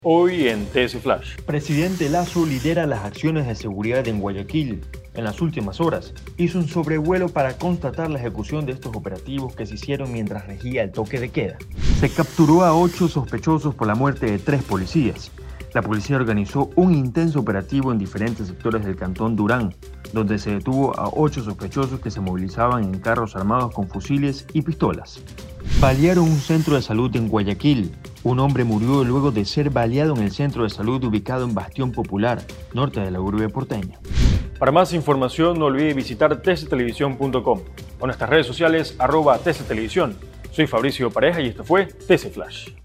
Hoy en TC Flash. Presidente Lasso lidera las acciones de seguridad en Guayaquil. En las últimas horas, hizo un sobrevuelo para constatar la ejecución de estos operativos que se hicieron mientras regía el toque de queda. Se capturó a 8 sospechosos por la muerte de 3 policías. La policía organizó un intenso operativo en diferentes sectores del cantón Durán, donde se detuvo a 8 sospechosos que se movilizaban en carros armados con fusiles y pistolas. Balearon un centro de salud en Guayaquil. Un hombre murió luego de ser baleado en el centro de salud ubicado en Bastión Popular, norte de la urbe porteña. Para más información no olvide visitar tctelevisión.com o nuestras redes sociales @tctelevisión. Soy Fabricio Pareja y esto fue TC Flash.